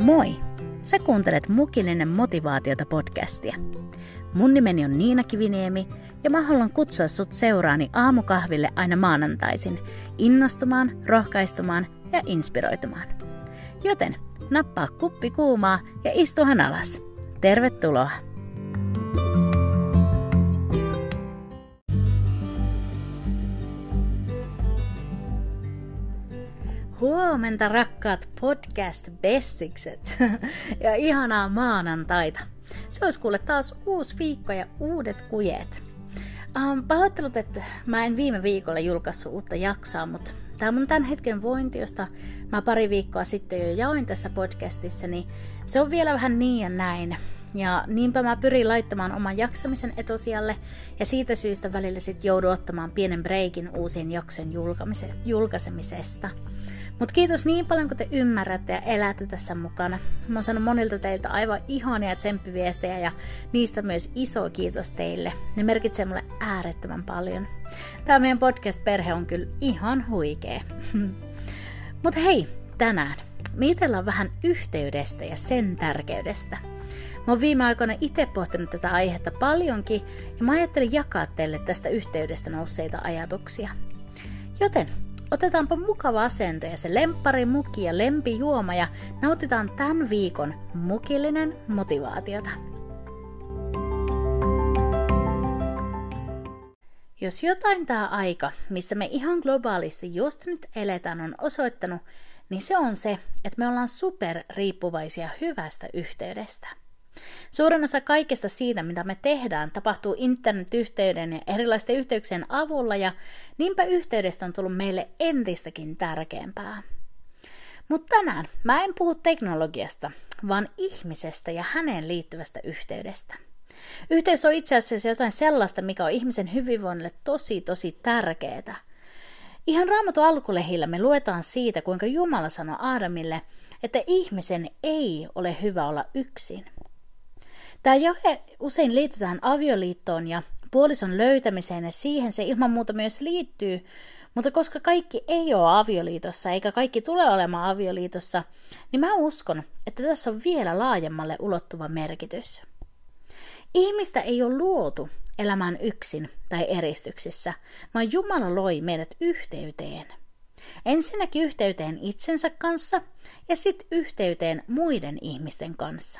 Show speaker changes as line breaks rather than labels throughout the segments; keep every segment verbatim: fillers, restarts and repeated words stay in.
Moi! Sä kuuntelet Mukillinen motivaatiota podcastia. Mun nimeni on Niina Kiviniemi ja mä haluan kutsua sut seuraani aamukahville aina maanantaisin innostumaan, rohkaistumaan ja inspiroitumaan. Joten nappaa kuppi kuumaa ja istuhan alas. Tervetuloa! Huomenta rakkaat podcast-bestikset ja ihanaa maanantaita. Se olisi kuule taas uusi viikko ja uudet kujeet. Um, pahoittelut, että mä en viime viikolla julkaissut uutta jaksoa, mutta tämä mun tämän hetken vointi, josta mä pari viikkoa sitten jo jaoin tässä podcastissa, niin se on vielä vähän niin ja näin. Ja niinpä mä pyrin laittamaan oman jaksamisen etusijalle ja siitä syystä välillä sit joudun ottamaan pienen breikin uusien jakson julkaisemisesta. Mutta kiitos niin paljon, kun te ymmärrätte ja elätte tässä mukana. Mä oon saanut monilta teiltä aivan ihania tsemppiviestejä ja niistä myös iso kiitos teille. Ne merkitsee mulle äärettömän paljon. Tää meidän podcast-perhe on kyllä ihan huikea. Mutta hei, tänään me jutellaan vähän yhteydestä ja sen tärkeydestä. Mä oon viime aikoina itse pohtinut tätä aihetta paljonkin ja mä ajattelin jakaa teille tästä yhteydestä nousseita ajatuksia. Joten otetaanpa mukava asento ja se lemppari muki ja lempijuoma ja nautitaan tämän viikon mukillinen motivaatiota. Jos jotain tää aika, missä me ihan globaalisti just nyt eletään, on osoittanut, niin se on se, että me ollaan superriippuvaisia hyvästä yhteydestä. Suurin osa kaikesta siitä, mitä me tehdään, tapahtuu internetyhteyden ja erilaisten yhteyksien avulla ja niinpä yhteydestä on tullut meille entistäkin tärkeämpää. Mutta tänään mä en puhu teknologiasta, vaan ihmisestä ja häneen liittyvästä yhteydestä. Yhteys on itse asiassa jotain sellaista, mikä on ihmisen hyvinvoinnille tosi tosi tärkeää. Ihan Raamatun alkulehillä me luetaan siitä, kuinka Jumala sanoi Aadamille, että ihmisen ei ole hyvä olla yksin. Tämä jahe usein liitetään avioliittoon ja puolison löytämiseen ja siihen se ilman muuta myös liittyy, mutta koska kaikki ei ole avioliitossa eikä kaikki tule olemaan avioliitossa, niin mä uskon, että tässä on vielä laajemmalle ulottuva merkitys. Ihmistä ei ole luotu elämään yksin tai eristyksissä, vaan Jumala loi meidät yhteyteen. Ensinnäkin yhteyteen itsensä kanssa ja sitten yhteyteen muiden ihmisten kanssa.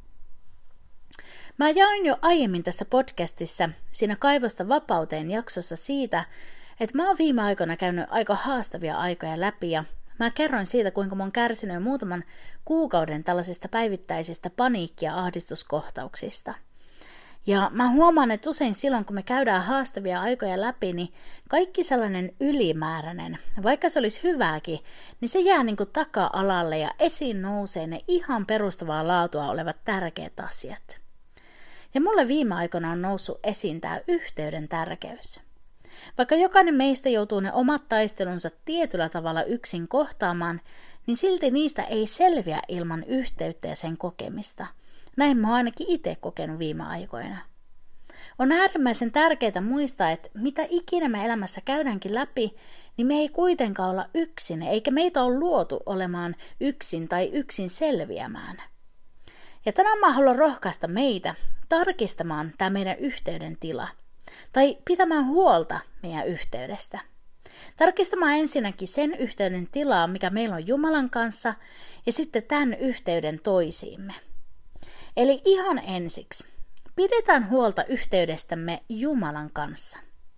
Mä jaoin jo aiemmin tässä podcastissa siinä Kaivosta vapauteen jaksossa siitä, että mä oon viime aikoina käynyt aika haastavia aikoja läpi ja mä kerroin siitä, kuinka mä oon kärsinyt muutaman kuukauden tällaisista päivittäisistä paniikki- ja ahdistuskohtauksista. Ja mä huomaan, että usein silloin, kun me käydään haastavia aikoja läpi, niin kaikki sellainen ylimääräinen, vaikka se olisi hyvääkin, niin se jää niin kuin taka-alalle ja esiin nousee ne ihan perustavaa laatua olevat tärkeät asiat. Ja mulle viime aikoina on noussut esiin tämä yhteyden tärkeys. Vaikka jokainen meistä joutuu ne omat taistelunsa tietyllä tavalla yksin kohtaamaan, niin silti niistä ei selviä ilman yhteyttä ja sen kokemista. Näin mä oon ainakin itse kokenut viime aikoina. On äärimmäisen tärkeää muistaa, että mitä ikinä me elämässä käydäänkin läpi, niin me ei kuitenkaan olla yksin, eikä meitä ole luotu olemaan yksin tai yksin selviämään. Ja tänään mä haluan rohkaista meitä tarkistamaan tämä meidän yhteyden tila, tai pitämään huolta meidän yhteydestä. Tarkistamaan ensinnäkin sen yhteyden tilaa, mikä meillä on Jumalan kanssa, ja sitten tämän yhteyden toisiimme. Eli ihan ensiksi, pidetään huolta yhteydestämme Jumalan kanssa.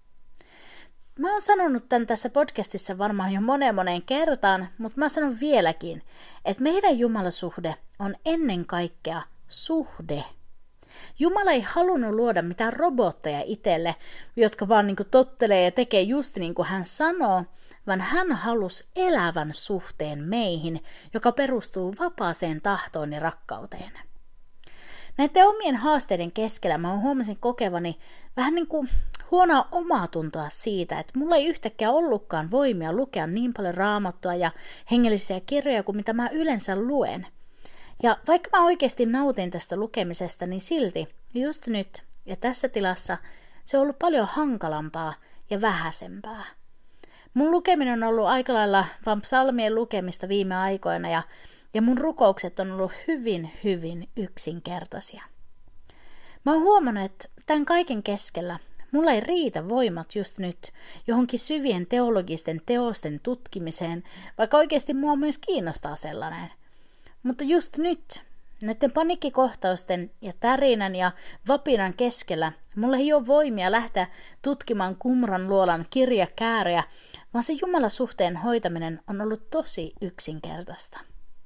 Mä oon sanonut tämän tässä podcastissa varmaan jo moneen moneen kertaan, mutta mä sanon vieläkin, että meidän Jumalasuhde on ennen kaikkea suhde. Jumala ei halunnut luoda mitään robotteja itselle, jotka vaan niin kuin tottelee ja tekee just niin kuin hän sanoo, vaan hän halusi elävän suhteen meihin, joka perustuu vapaaseen tahtoon ja rakkauteen. Näiden omien haasteiden keskellä mä huomasin kokevani vähän niin kuin huonoa omaa tuntoa siitä, että mulla ei yhtäkkiä ollutkaan voimia lukea niin paljon Raamattua ja hengellisiä kirjoja kuin mitä mä yleensä luen. Ja vaikka mä oikeasti nautin tästä lukemisesta, niin silti just nyt ja tässä tilassa se on ollut paljon hankalampaa ja vähäisempää. Mun lukeminen on ollut aika lailla vaan psalmien lukemista viime aikoina ja ja mun rukoukset on ollut hyvin, hyvin yksinkertaisia. Mä oon huomannut, että tämän kaiken keskellä mulla ei riitä voimat just nyt johonkin syvien teologisten teosten tutkimiseen, vaikka oikeasti mua myös kiinnostaa sellainen. Mutta just nyt, näiden paniikkikohtausten ja tärinän ja vapinan keskellä, mulla ei ole voimia lähteä tutkimaan Qumran luolan kirjakääröjä, vaan se Jumalan suhteen hoitaminen on ollut tosi yksinkertaista.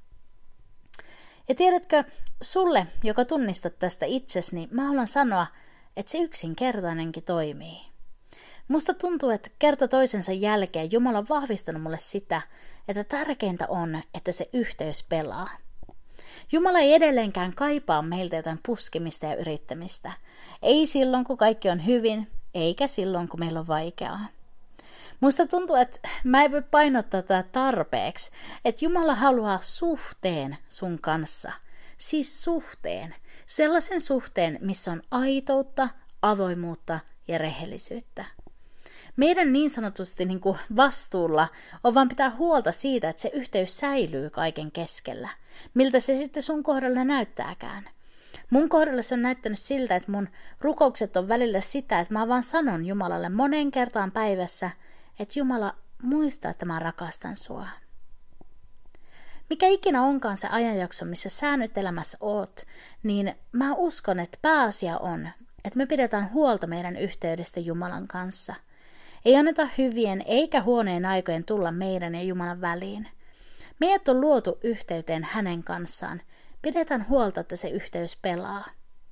Ja tiedätkö, sulle, joka tunnistat tästä itsesi, niin mä haluan sanoa, että se yksinkertainenkin toimii. Musta tuntuu, että kerta toisensa jälkeen Jumala on vahvistanut mulle sitä, että tärkeintä on, että se yhteys pelaa. Jumala ei edelleenkään kaipaa meiltä jotain puskemista ja yrittämistä. Ei silloin, kun kaikki on hyvin, eikä silloin, kun meillä on vaikeaa. Musta tuntuu, että mä en voi painottaa tätä tarpeeksi, että Jumala haluaa suhteen sun kanssa. Siis suhteen. Sellaisen suhteen, missä on aitoutta, avoimuutta ja rehellisyyttä. Meidän niin sanotusti niin kuin vastuulla on vaan pitää huolta siitä, että se yhteys säilyy kaiken keskellä. Miltä se sitten sun kohdalla näyttääkään. Mun kohdalla se on näyttänyt siltä, että mun rukoukset on välillä sitä, että mä vaan sanon Jumalalle monen kertaan päivässä, että Jumala muista, että mä rakastan sua. Mikä ikinä onkaan se ajanjakso, missä sä nyt elämässä oot, niin mä uskon, että pääasia on, että me pidetään huolta meidän yhteydestä Jumalan kanssa. Ei anneta hyvien eikä huoneen aikojen tulla meidän ja Jumalan väliin. Meidät on luotu yhteyteen hänen kanssaan. Pidetään huolta, että se yhteys pelaa.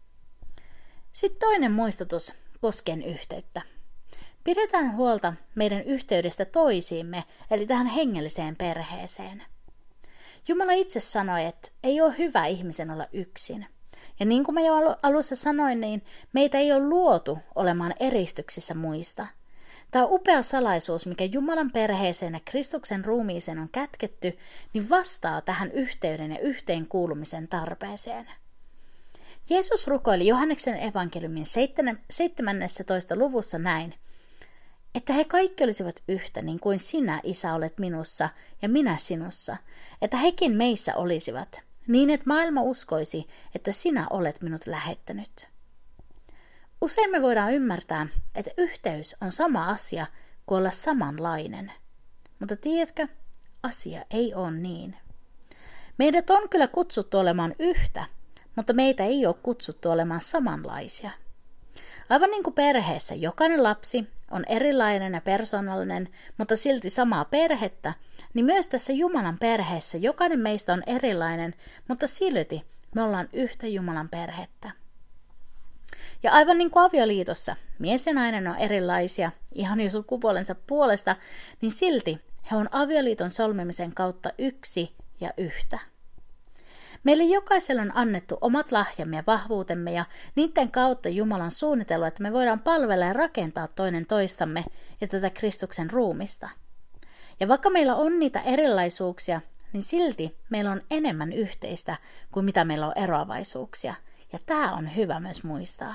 Sitten toinen muistutus koskien yhteyttä. Pidetään huolta meidän yhteydestä toisiimme, eli tähän hengelliseen perheeseen. Jumala itse sanoi, että ei ole hyvä ihmisen olla yksin. Ja niin kuin mä jo alussa sanoin, niin meitä ei ole luotu olemaan eristyksissä muista. Tämä upea salaisuus, mikä Jumalan perheeseen ja Kristuksen ruumiiseen on kätketty, niin vastaa tähän yhteyden ja yhteenkuulumisen tarpeeseen. Jeesus rukoili Johanneksen evankeliumin seitsemännessä luvussa näin, että he kaikki olisivat yhtä, niin kuin sinä, Isä, olet minussa ja minä sinussa, että hekin meissä olisivat, niin että maailma uskoisi, että sinä olet minut lähettänyt. Usein me voidaan ymmärtää, että yhteys on sama asia kuin olla samanlainen. Mutta tiedätkö, asia ei ole niin. Meidät on kyllä kutsuttu olemaan yhtä, mutta meitä ei ole kutsuttu olemaan samanlaisia. Aivan niin kuin perheessä jokainen lapsi on erilainen ja persoonallinen, mutta silti samaa perhettä, niin myös tässä Jumalan perheessä jokainen meistä on erilainen, mutta silti me ollaan yhtä Jumalan perhettä. Ja aivan niin kuin avioliitossa, mies ja nainen on erilaisia, ihan jo sukupuolensa puolesta, niin silti he on avioliiton solmimisen kautta yksi ja yhtä. Meille jokaiselle on annettu omat lahjamme ja vahvuutemme ja niiden kautta Jumala on suunnitellut, että me voidaan palvella ja rakentaa toinen toistamme ja tätä Kristuksen ruumista. Ja vaikka meillä on niitä erilaisuuksia, niin silti meillä on enemmän yhteistä kuin mitä meillä on eroavaisuuksia. Ja tämä on hyvä myös muistaa.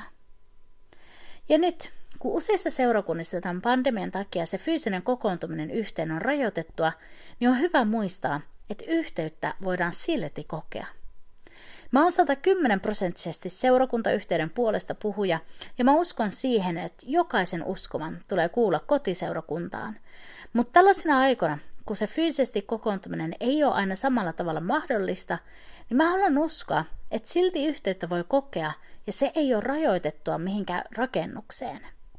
Ja nyt, kun useissa seurakunnissa tämän pandemian takia se fyysinen kokoontuminen yhteen on rajoitettua, niin on hyvä muistaa, että yhteyttä voidaan silti kokea. Mä oon sata kymmenen prosenttisesti seurakuntayhteyden puolesta puhuja, ja mä uskon siihen, että jokaisen uskovan tulee kuulla kotiseurakuntaan. Mutta tällaisina aikoina, kun se fyysisesti kokoontuminen ei ole aina samalla tavalla mahdollista, niin mä haluan uskoa, että silti yhteyttä voi kokea, ja se ei ole rajoitettua mihinkään rakennukseen.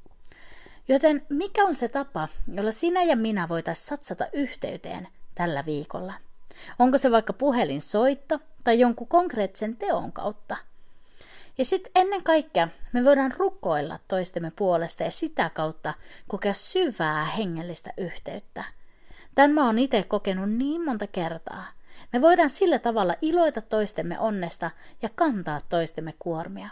Joten mikä on se tapa, jolla sinä ja minä voitaisiin satsata yhteyteen tällä viikolla? Onko se vaikka puhelinsoitto tai jonkun konkreettisen teon kautta? Ja sitten ennen kaikkea me voidaan rukoilla toistemme puolesta ja sitä kautta kokea syvää hengellistä yhteyttä. Tän mä oon itse kokenut niin monta kertaa. Me voidaan sillä tavalla iloita toistemme onnesta ja kantaa toistemme kuormia.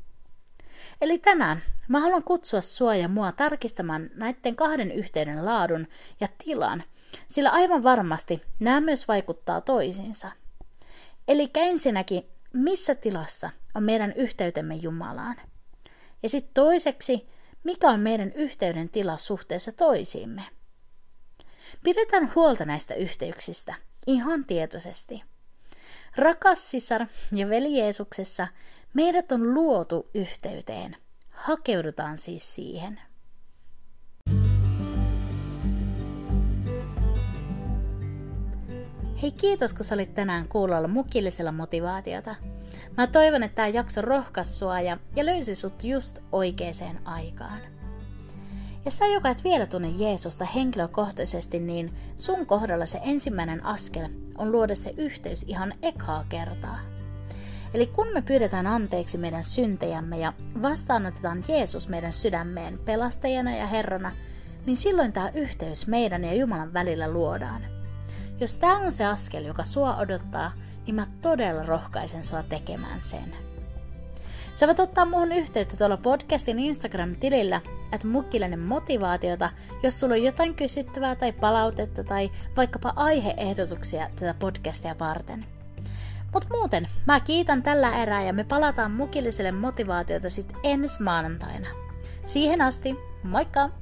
Eli tänään mä haluan kutsua sua ja mua tarkistamaan näiden kahden yhteyden laadun ja tilan, sillä aivan varmasti nämä myös vaikuttaa toisiinsa. Eli ensinnäkin, missä tilassa on meidän yhteytemme Jumalaan? Ja sitten toiseksi, mikä on meidän yhteyden tila suhteessa toisiimme? Pidetään huolta näistä yhteyksistä ihan tietoisesti. Rakas sisar ja veli Jeesuksessa, meidät on luotu yhteyteen. Hakeudutaan siis siihen. Hei, kiitos kun sä olit tänään kuulolla Mukillisella motivaatiota. Mä toivon, että tää jakso rohkaisi sua ja, ja löysi sut just oikeaan aikaan. Ja sä, joka et vielä tunne Jeesusta henkilökohtaisesti, niin sun kohdalla se ensimmäinen askel on luoda se yhteys ihan ekaa kertaa. Eli kun me pyydetään anteeksi meidän syntejämme ja vastaanotetaan Jeesus meidän sydämeen pelastajana ja Herrana, niin silloin tämä yhteys meidän ja Jumalan välillä luodaan. Jos tämä on se askel, joka sua odottaa, niin mä todella rohkaisen sua tekemään sen. Sä voit ottaa muuhun yhteyttä tuolla podcastin Instagram-tilillä, että Mukkilinen motivaatiota, jos sulla on jotain kysyttävää tai palautetta tai vaikkapa aiheehdotuksia tätä podcastia varten. Mut muuten, mä kiitän tällä erää ja me palataan Mukilliselle motivaatiota sit ensi maanantaina. Siihen asti, moikka!